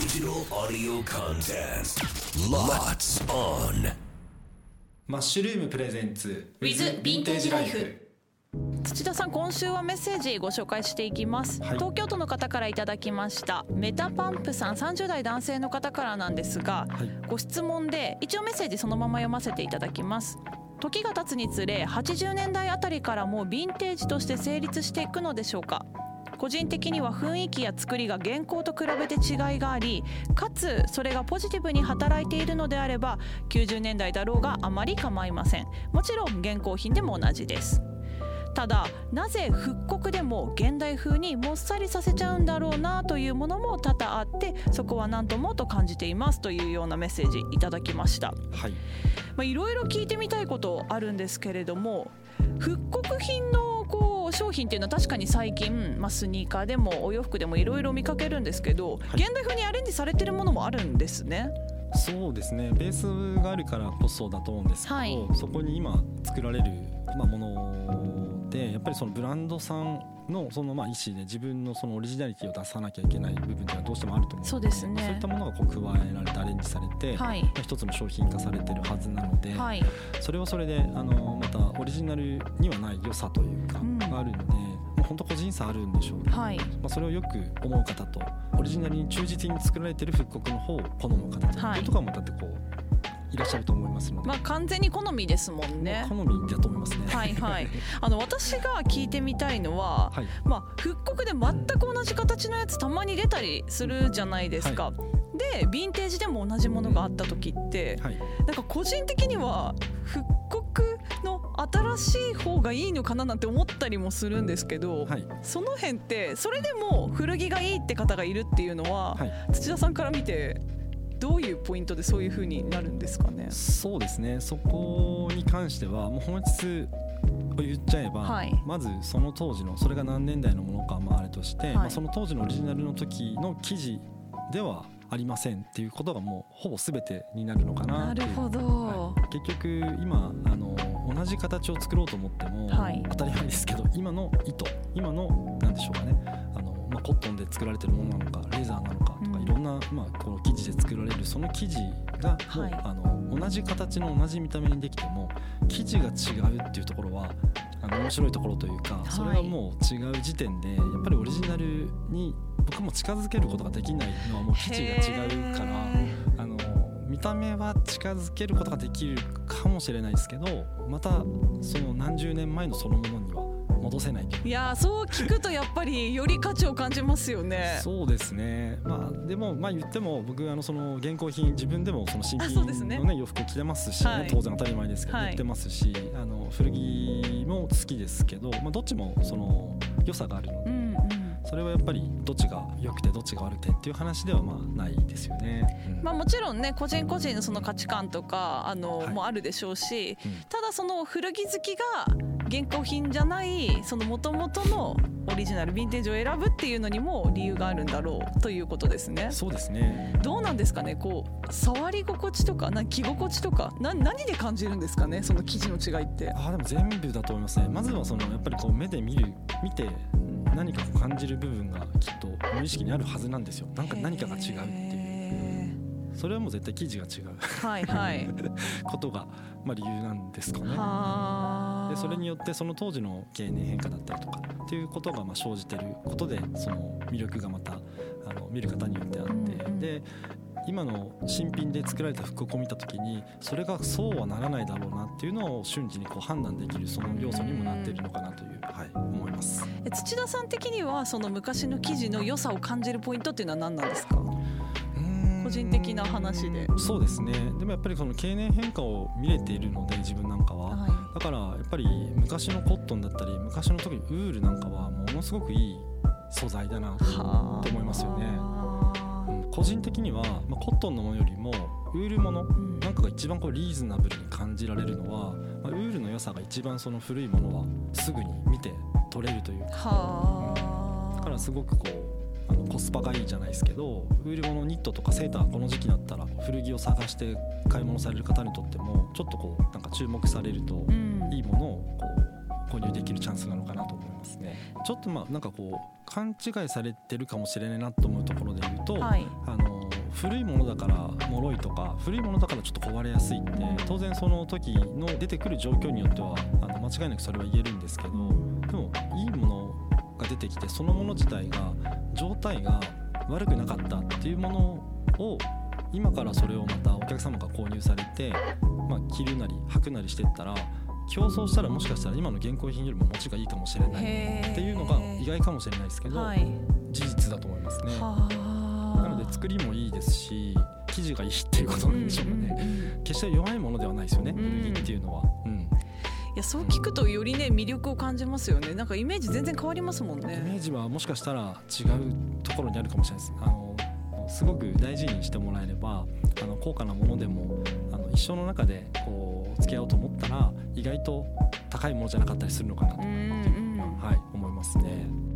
Digital audio contest. Lots on. マッシュルームプレゼンツ with ヴィンテージライフ。 土田さん、今週はメッセージご紹介していきます、 はい、 東京都の方からいただきました。メタパンプさん、30代男性の方からなんですが、 はい、 ご質問で一応メッセージそのまま読ませていただきます。時が経つにつれ80年代あたりからもヴィンテージとして成立していくのでしょうか。個人的には雰囲気や作りが現行と比べて違いがあり、かつそれがポジティブに働いているのであれば90年代だろうがあまり構いません。もちろん現行品でも同じです。ただ、なぜ復刻でも現代風にもっさりさせちゃうんだろうなというものも多々あって、そこは何ともと感じていますというようなメッセージいただきました。はい、いろいろ聞いてみたいことあるんですけれども、復刻品の商品っていうのは確かに最近、スニーカーでもお洋服でもいろいろ見かけるんですけど、はい、現代風にアレンジされてるものもあるんですね。 そうですね、ベースがあるからこそだと思うんですけど、はい、そこに今作られるもので、やっぱりそのブランドさんのその意思で自分のそのオリジナリティを出さなきゃいけない部分っていうのはどうしてもあると思うので、 そうですね、 そういったものが加えられてアレンジされて、はい、一つの商品化されてるはずなので、はい、それはそれでまたオリジナルにはない良さというか、があるので、本当個人差あるんでしょうけど、はい、それをよく思う方とオリジナルに忠実に作られている復刻の方を好む方と、はい、いうところはまたっていらっしゃると思いますので、 完全に好みですもんね。 好みだと思いますね。 はいはい、私が聞いてみたいのは、はい、復刻で全く同じ形のやつたまに出たりするじゃないですか、はい、でヴィンテージでも同じものがあった時って、はい、なんか個人的には復刻の新しい方がいいのかななんて思ったりもするんですけど、はい、その辺ってそれでも古着がいいって方がいるっていうのは、はい、土田さんから見てどういうポイントでそういう風になるんですかね。 そうですね、そこに関してはもう本質を言っちゃえば、はい、まずその当時のそれが何年代のものかもあれとして、はい、その当時のオリジナルの時の生地ではありませんっていうことがもうほぼ全てになるのかなっていう。 なるほど、 はい、結局今同じ形を作ろうと思っても、はい、当たり前ですけど今の糸、今の何でしょうかね、コットンで作られてるものなのかレーザーなのかとか、いろんな、この生地で作られるその生地がもう、はい、同じ形の同じ見た目にできても生地が違うっていうところは面白いところというか、それはもう違う時点でやっぱりオリジナルに僕も近づけることができないのはもう生地が違うから、見た目は近づけることができるかもしれないですけど、またその何十年前のそのものには戻せない。 いや、そう聞くとやっぱりより価値を感じますよね。 そうですね、でも言っても僕その現行品自分でもその新品の、ね、洋服を着てますし、はい、当然当たり前ですけど、売ってますし、古着も好きですけど、どっちもその良さがあるので、それはやっぱりどっちが良くてどっちが悪くてっていう話ではないですよね。 もちろんね、個人個人のその価値観とかもあるでしょうし、ただその古着好きが現行品じゃないその元々のオリジナルヴィンテージを選ぶっていうのにも理由があるんだろうということですね。 そうですね。 どうなんですかね、触り心地とか着心地とか何で感じるんですかね、その生地の違いって。 でも全部だと思いますね。まずはやっぱり目で見て何か感じる部分がきっと無意識にあるはずなんですよ。何かが違うっていう、それはもう絶対生地が違うはい、はい、ことが理由なんですかね。でそれによってその当時の経年変化だったりとかっていうことが生じてることで、その魅力がまた見る方によってあって、で今の新品で作られた復刻を見た時にそれがそうはならないだろうなっていうのを瞬時に判断できるその要素にもなっているのかなという、思います。 土田さん的にはその昔の生地の良さを感じるポイントっていうのは何なんですか？個人的な話で。 そうですね。でもやっぱりその経年変化を見れているので自分なんかは、だからやっぱり昔のコットンだったり昔の時のウールなんかはものすごくいい素材だなと思いますよね。個人的には、コットンのものよりもウールものなんかが一番リーズナブルに感じられるのは、ウールの良さが一番その古いものはすぐに見て取れるというか、だからすごくコスパがいいじゃないですけど、ウールものニットとかセーターこの時期だったら古着を探して買い物される方にとってもちょっとなんか注目されるといいものを購入できるチャンスなのかなと思いますね。ちょっとなんか勘違いされてるかもしれないなと思うところで言うと、ウ古いものだから脆いとか古いものだからちょっと壊れやすいって当然その時の出てくる状況によっては間違いなくそれは言えるんですけど、でもいいものが出てきてそのもの自体が状態が悪くなかったっていうものを今からそれをまたお客様が購入されて、着るなり履くなりしていったら競争したらもしかしたら今の現行品よりも持ちがいいかもしれないっていうのが意外かもしれないですけど、事実だと思いますね。なので作りもいいですし生地がいいっていうことなんでしょうかね。決して弱いものではないですよね、古着っていうのは。 いやそう聞くとよりね魅力を感じますよね。なんかイメージ全然変わりますもんね。 イメージはもしかしたら違うところにあるかもしれないです。すごく大事にしてもらえれば高価なものでも一生の中でこう付き合おうと思ったら意外と高いものじゃなかったりするのかなとかっていうのは、思いますね。